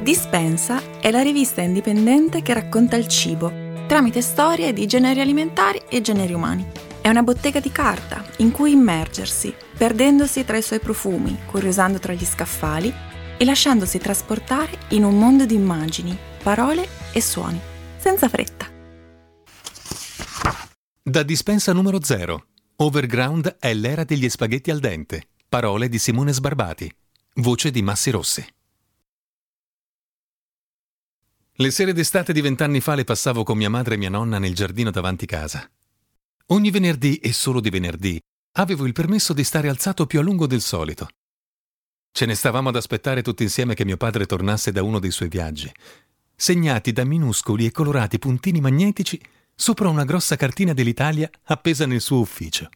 Dispensa è la rivista indipendente che racconta il cibo tramite storie di generi alimentari e generi umani. È una bottega di carta in cui immergersi, perdendosi tra i suoi profumi, curiosando tra gli scaffali e lasciandosi trasportare in un mondo di immagini, parole e suoni, senza fretta. Da Dispensa numero 0. Overground è l'era degli spaghetti al dente. Parole di Simone Sbarbati. Voce di Massi Rossi. Le sere d'estate di 20 anni fa le passavo con mia madre e mia nonna nel giardino davanti casa. Ogni venerdì, e solo di venerdì, avevo il permesso di stare alzato più a lungo del solito. Ce ne stavamo ad aspettare tutti insieme che mio padre tornasse da uno dei suoi viaggi, segnati da minuscoli e colorati puntini magnetici sopra una grossa cartina dell'Italia appesa nel suo ufficio.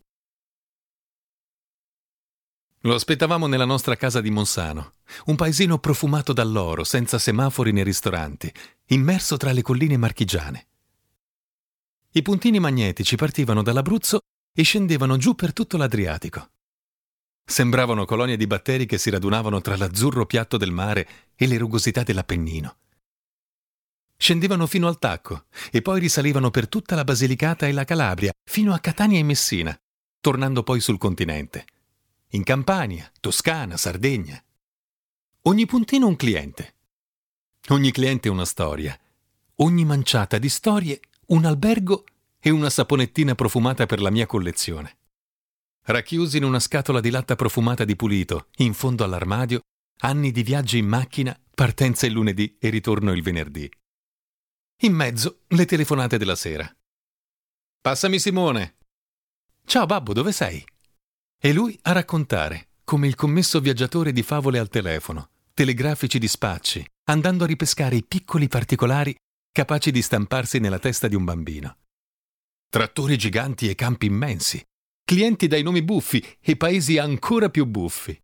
Lo aspettavamo nella nostra casa di Monsano, un paesino profumato dall'oro, senza semafori né ristoranti, immerso tra le colline marchigiane. I puntini magnetici partivano dall'Abruzzo e scendevano giù per tutto l'Adriatico. Sembravano colonie di batteri che si radunavano tra l'azzurro piatto del mare e le rugosità dell'Appennino. Scendevano fino al Tacco e poi risalivano per tutta la Basilicata e la Calabria, fino a Catania e Messina, tornando poi sul continente. In Campania, Toscana, Sardegna. Ogni puntino un cliente. Ogni cliente una storia. Ogni manciata di storie un albergo e una saponettina profumata per la mia collezione. Racchiusi in una scatola di latta profumata di Pulito, in fondo all'armadio, anni di viaggi in macchina, partenza il lunedì e ritorno il venerdì. In mezzo le telefonate della sera. Passami Simone. Ciao babbo, dove sei? E lui a raccontare, come il commesso viaggiatore di favole al telefono, telegrafici dispacci, andando a ripescare i piccoli particolari capaci di stamparsi nella testa di un bambino. Trattori giganti e campi immensi, clienti dai nomi buffi e paesi ancora più buffi.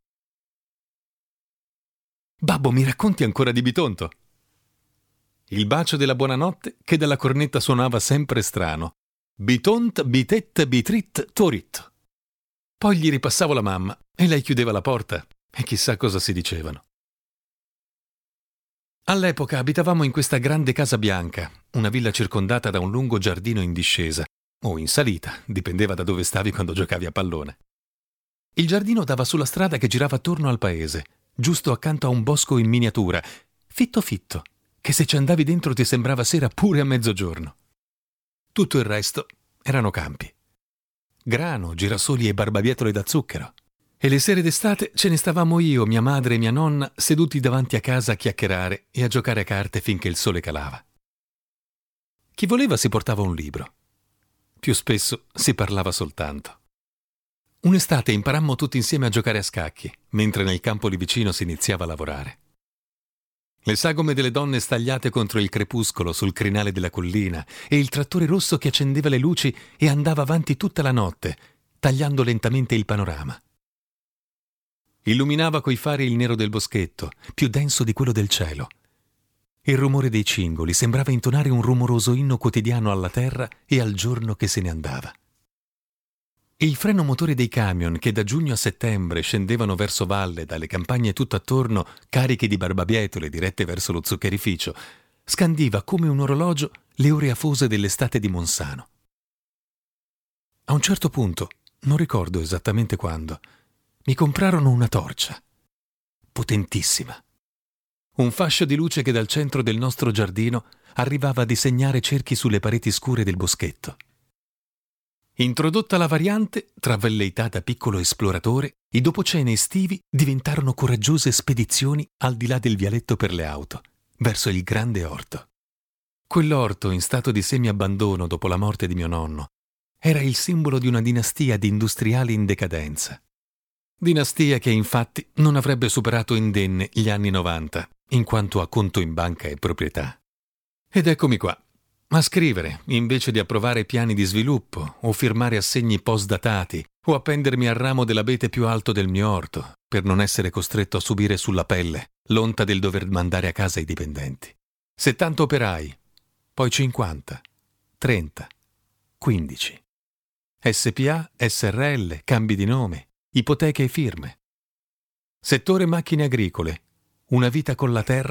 Babbo, mi racconti ancora di Bitonto? Il bacio della buonanotte che dalla cornetta suonava sempre strano. Bitont, bitet, bitrit, torit. Poi gli ripassavo la mamma e lei chiudeva la porta e chissà cosa si dicevano. All'epoca abitavamo in questa grande casa bianca, una villa circondata da un lungo giardino in discesa, o in salita, dipendeva da dove stavi quando giocavi a pallone. Il giardino dava sulla strada che girava attorno al paese, giusto accanto a un bosco in miniatura, fitto fitto, che se ci andavi dentro ti sembrava sera pure a mezzogiorno. Tutto il resto erano campi. Grano, girasoli e barbabietole da zucchero. E le sere d'estate ce ne stavamo io, mia madre e mia nonna seduti davanti a casa a chiacchierare e a giocare a carte finché il sole calava. Chi voleva si portava un libro. Più spesso si parlava soltanto. Un'estate imparammo tutti insieme a giocare a scacchi, mentre nel campo lì vicino si iniziava a lavorare. Le sagome delle donne stagliate contro il crepuscolo sul crinale della collina e il trattore rosso che accendeva le luci e andava avanti tutta la notte, tagliando lentamente il panorama. Illuminava coi fari il nero del boschetto, più denso di quello del cielo. Il rumore dei cingoli sembrava intonare un rumoroso inno quotidiano alla terra e al giorno che se ne andava. Il freno motore dei camion che da giugno a settembre scendevano verso valle dalle campagne tutto attorno carichi di barbabietole dirette verso lo zuccherificio scandiva come un orologio le ore afose dell'estate di Monsano. A un certo punto, non ricordo esattamente quando, mi comprarono una torcia, potentissima. Un fascio di luce che dal centro del nostro giardino arrivava a disegnare cerchi sulle pareti scure del boschetto. Introdotta la variante, tra velleità da piccolo esploratore, i dopocene estivi diventarono coraggiose spedizioni al di là del vialetto per le auto, verso il grande orto. Quell'orto, in stato di semi-abbandono dopo la morte di mio nonno, era il simbolo di una dinastia di industriali in decadenza. Dinastia che infatti non avrebbe superato indenne gli anni 90, in quanto a conto in banca e proprietà. Ed eccomi qua, a scrivere, invece di approvare piani di sviluppo o firmare assegni post-datati o appendermi al ramo dell'abete più alto del mio orto, per non essere costretto a subire sulla pelle l'onta del dover mandare a casa i dipendenti. 70 operai, poi 50, 30, 15. SPA, SRL, cambi di nome, ipoteche e firme. Settore macchine agricole, una vita con la terra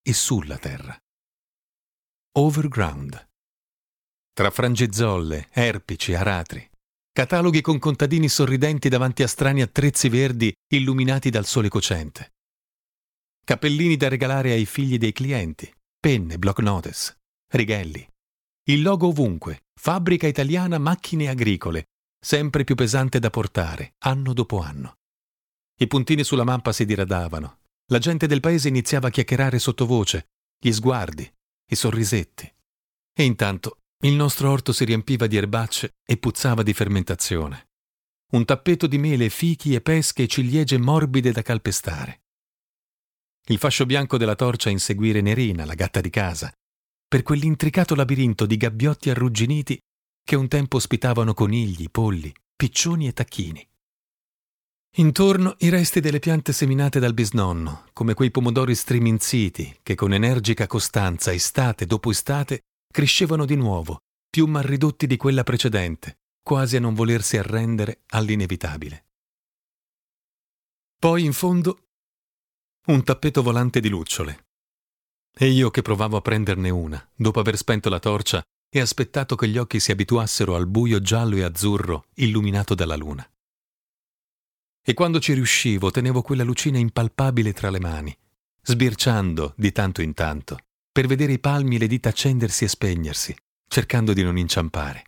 e sulla terra. Overground. Tra frangizolle, erpici, aratri, cataloghi con contadini sorridenti davanti a strani attrezzi verdi illuminati dal sole cocente. Cappellini da regalare ai figli dei clienti, penne, block notice, righelli. Il logo ovunque, fabbrica italiana macchine agricole, sempre più pesante da portare, anno dopo anno. I puntini sulla mappa si diradavano. La gente del paese iniziava a chiacchierare sottovoce, gli sguardi, i sorrisetti. E intanto il nostro orto si riempiva di erbacce e puzzava di fermentazione. Un tappeto di mele, fichi e pesche e ciliegie morbide da calpestare. Il fascio bianco della torcia a inseguire Nerina, la gatta di casa, per quell'intricato labirinto di gabbiotti arrugginiti che un tempo ospitavano conigli, polli, piccioni e tacchini. Intorno i resti delle piante seminate dal bisnonno, come quei pomodori striminziti che con energica costanza, estate dopo estate, crescevano di nuovo, più mal ridotti di quella precedente, quasi a non volersi arrendere all'inevitabile. Poi, in fondo, un tappeto volante di lucciole. E io che provavo a prenderne una, dopo aver spento la torcia e aspettato che gli occhi si abituassero al buio giallo e azzurro illuminato dalla luna. E quando ci riuscivo tenevo quella lucina impalpabile tra le mani, sbirciando di tanto in tanto, per vedere i palmi e le dita accendersi e spegnersi, cercando di non inciampare.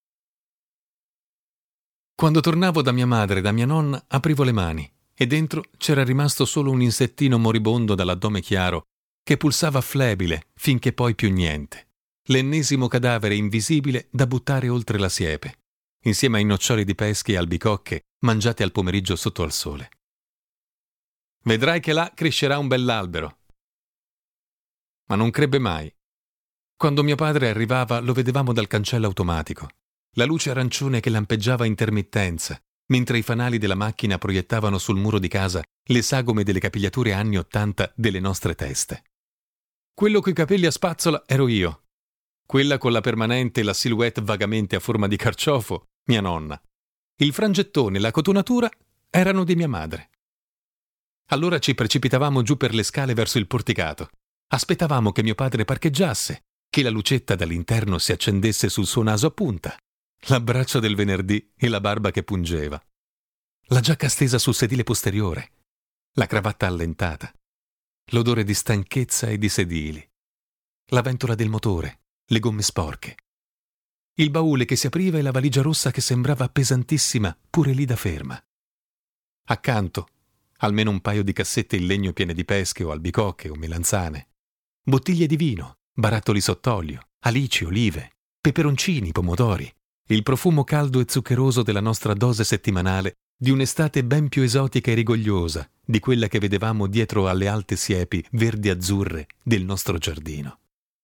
Quando tornavo da mia madre e da mia nonna aprivo le mani e dentro c'era rimasto solo un insettino moribondo dall'addome chiaro che pulsava flebile finché poi più niente, l'ennesimo cadavere invisibile da buttare oltre la siepe, insieme ai noccioli di pesche e albicocche mangiate al pomeriggio sotto al sole. Vedrai che là crescerà un bell'albero. Ma non crebbe mai. Quando mio padre arrivava lo vedevamo dal cancello automatico, la luce arancione che lampeggiava a intermittenza, mentre i fanali della macchina proiettavano sul muro di casa le sagome delle capigliature anni '80 delle nostre teste. Quello coi capelli a spazzola ero io. Quella con la permanente e la silhouette vagamente a forma di carciofo, mia nonna. Il frangettone e la cotonatura erano di mia madre. Allora ci precipitavamo giù per le scale verso il porticato. Aspettavamo che mio padre parcheggiasse, che la lucetta dall'interno si accendesse sul suo naso a punta, l'abbraccio del venerdì e la barba che pungeva, la giacca stesa sul sedile posteriore, la cravatta allentata, l'odore di stanchezza e di sedili, la ventola del motore, le gomme sporche, il baule che si apriva e la valigia rossa che sembrava pesantissima pure lì da ferma. Accanto, almeno un paio di cassette in legno piene di pesche o albicocche o melanzane, bottiglie di vino, barattoli sott'olio, alici, olive, peperoncini, pomodori, il profumo caldo e zuccheroso della nostra dose settimanale di un'estate ben più esotica e rigogliosa di quella che vedevamo dietro alle alte siepi verdi-azzurre del nostro giardino.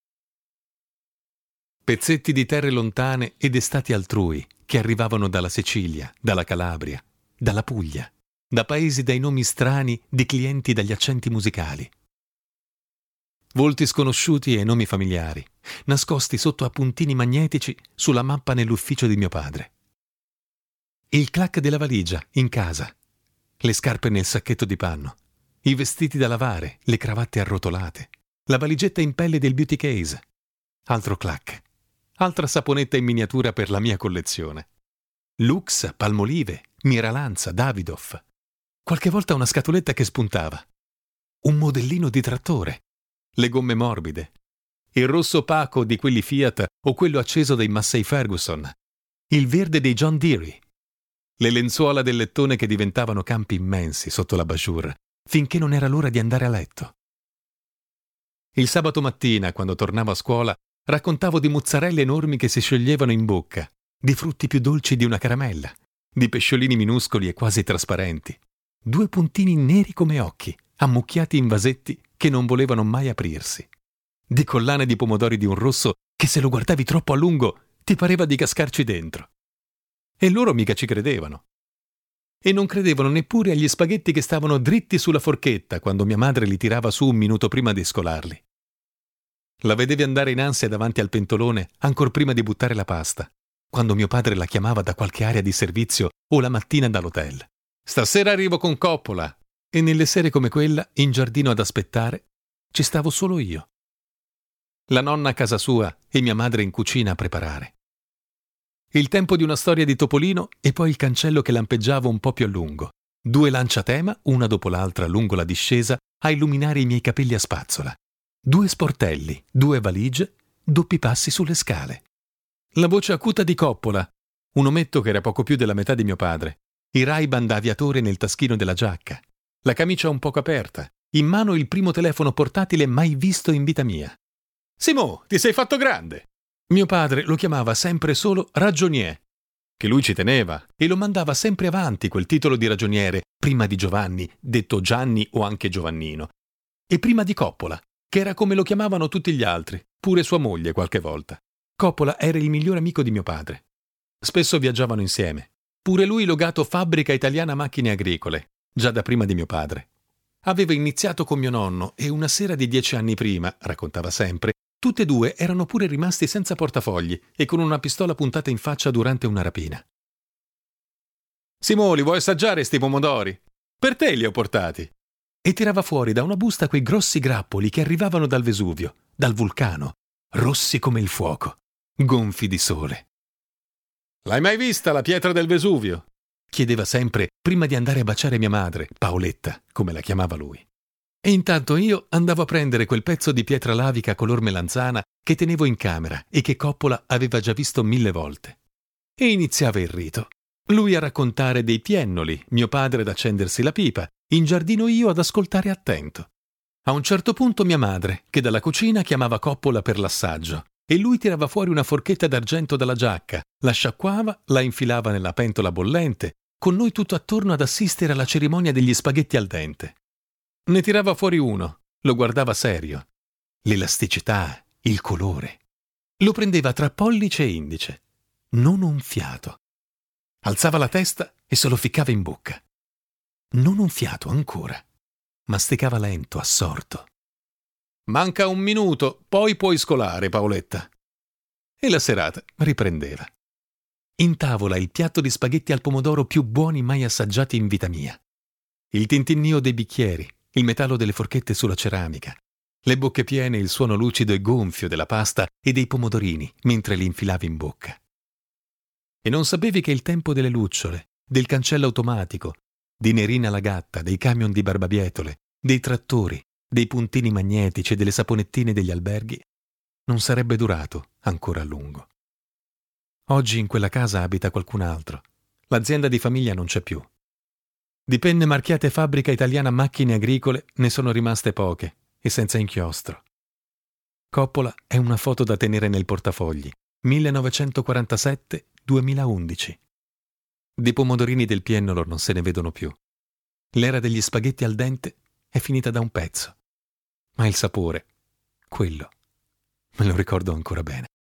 Pezzetti di terre lontane ed estati altrui che arrivavano dalla Sicilia, dalla Calabria, dalla Puglia, da paesi dai nomi strani di clienti dagli accenti musicali. Volti sconosciuti e nomi familiari, nascosti sotto appuntini magnetici sulla mappa nell'ufficio di mio padre. Il clac della valigia in casa, le scarpe nel sacchetto di panno, i vestiti da lavare, le cravatte arrotolate, la valigetta in pelle del beauty case. Altro clac, altra saponetta in miniatura per la mia collezione. Lux, Palmolive, Miralanza, Davidoff. Qualche volta una scatoletta che spuntava. Un modellino di trattore. Le gomme morbide, il rosso opaco di quelli Fiat o quello acceso dei Massey Ferguson, il verde dei John Deere, le lenzuola del lettone che diventavano campi immensi sotto la basciura, finché non era l'ora di andare a letto. Il sabato mattina, quando tornavo a scuola, raccontavo di mozzarelle enormi che si scioglievano in bocca, di frutti più dolci di una caramella, di pesciolini minuscoli e quasi trasparenti, 2 puntini neri come occhi, ammucchiati in vasetti che non volevano mai aprirsi, di collane di pomodori di un rosso che se lo guardavi troppo a lungo ti pareva di cascarci dentro. E loro mica ci credevano. E non credevano neppure agli spaghetti che stavano dritti sulla forchetta quando mia madre li tirava su un minuto prima di scolarli. La vedevi andare in ansia davanti al pentolone ancor prima di buttare la pasta, quando mio padre la chiamava da qualche area di servizio o la mattina dall'hotel. «Stasera arrivo con coppola!» E nelle sere come quella, in giardino ad aspettare, Ci stavo solo io. La nonna a casa sua e mia madre in cucina a preparare. Il tempo di una storia di Topolino e poi il cancello che lampeggiava un po' più a lungo. 2 lanciatema, una dopo l'altra lungo la discesa, a illuminare i miei capelli a spazzola. 2 sportelli, 2 valigie, doppi passi sulle scale. La voce acuta di Coppola, un ometto che era poco più della metà di mio padre, i Ray-Ban da aviatore nel taschino della giacca, la camicia un poco aperta, in mano il primo telefono portatile mai visto in vita mia. «Simò, ti sei fatto grande!» Mio padre lo chiamava sempre solo ragionier, che lui ci teneva, e lo mandava sempre avanti quel titolo di ragioniere, prima di Giovanni, detto Gianni o anche Giovannino, e prima di Coppola, che era come lo chiamavano tutti gli altri, pure sua moglie qualche volta. Coppola era il migliore amico di mio padre. Spesso viaggiavano insieme. Pure lui logato Fabbrica Italiana Macchine Agricole, già da prima di mio padre. Aveva iniziato con mio nonno e una sera di 10 anni prima, raccontava sempre, tutte e 2 erano pure rimasti senza portafogli e con una pistola puntata in faccia durante una rapina. «Simò, li vuoi assaggiare sti pomodori? Per te li ho portati!» E tirava fuori da una busta quei grossi grappoli che arrivavano dal Vesuvio, dal vulcano, rossi come il fuoco, gonfi di sole. «L'hai mai vista la pietra del Vesuvio?» chiedeva sempre prima di andare a baciare mia madre, Paoletta, come la chiamava lui. E intanto io andavo a prendere quel pezzo di pietra lavica color melanzana che tenevo in camera e che Coppola aveva già visto 1000 volte. E iniziava il rito. Lui a raccontare dei piennoli, mio padre ad accendersi la pipa, in giardino io ad ascoltare attento. A un certo punto mia madre, che dalla cucina chiamava Coppola per l'assaggio, e lui tirava fuori una forchetta d'argento dalla giacca, la sciacquava, la infilava nella pentola bollente, con noi tutto attorno ad assistere alla cerimonia degli spaghetti al dente. Ne tirava fuori uno, lo guardava serio. L'elasticità, il colore. Lo prendeva tra pollice e indice. Non un fiato. Alzava la testa e se lo ficcava in bocca. Non un fiato ancora. Masticava lento, assorto. «Manca 1 minuto, poi puoi scolare, Paoletta». E la serata riprendeva. In tavola il piatto di spaghetti al pomodoro più buoni mai assaggiati in vita mia. Il tintinnio dei bicchieri, il metallo delle forchette sulla ceramica, le bocche piene e il suono lucido e gonfio della pasta e dei pomodorini mentre li infilavi in bocca. E non sapevi che il tempo delle lucciole, del cancello automatico, di Nerina la gatta, dei camion di barbabietole, dei trattori, dei puntini magnetici e delle saponettine degli alberghi non sarebbe durato ancora a lungo. Oggi in quella casa abita qualcun altro. L'azienda di famiglia non c'è più. Di penne marchiate Fabbrica Italiana Macchine Agricole ne sono rimaste poche e senza inchiostro. Coppola è una foto da tenere nel portafogli. 1947-2011. Dei pomodorini del piennolo non se ne vedono più. L'era degli spaghetti al dente è finita da un pezzo. Ma il sapore, quello, me lo ricordo ancora bene.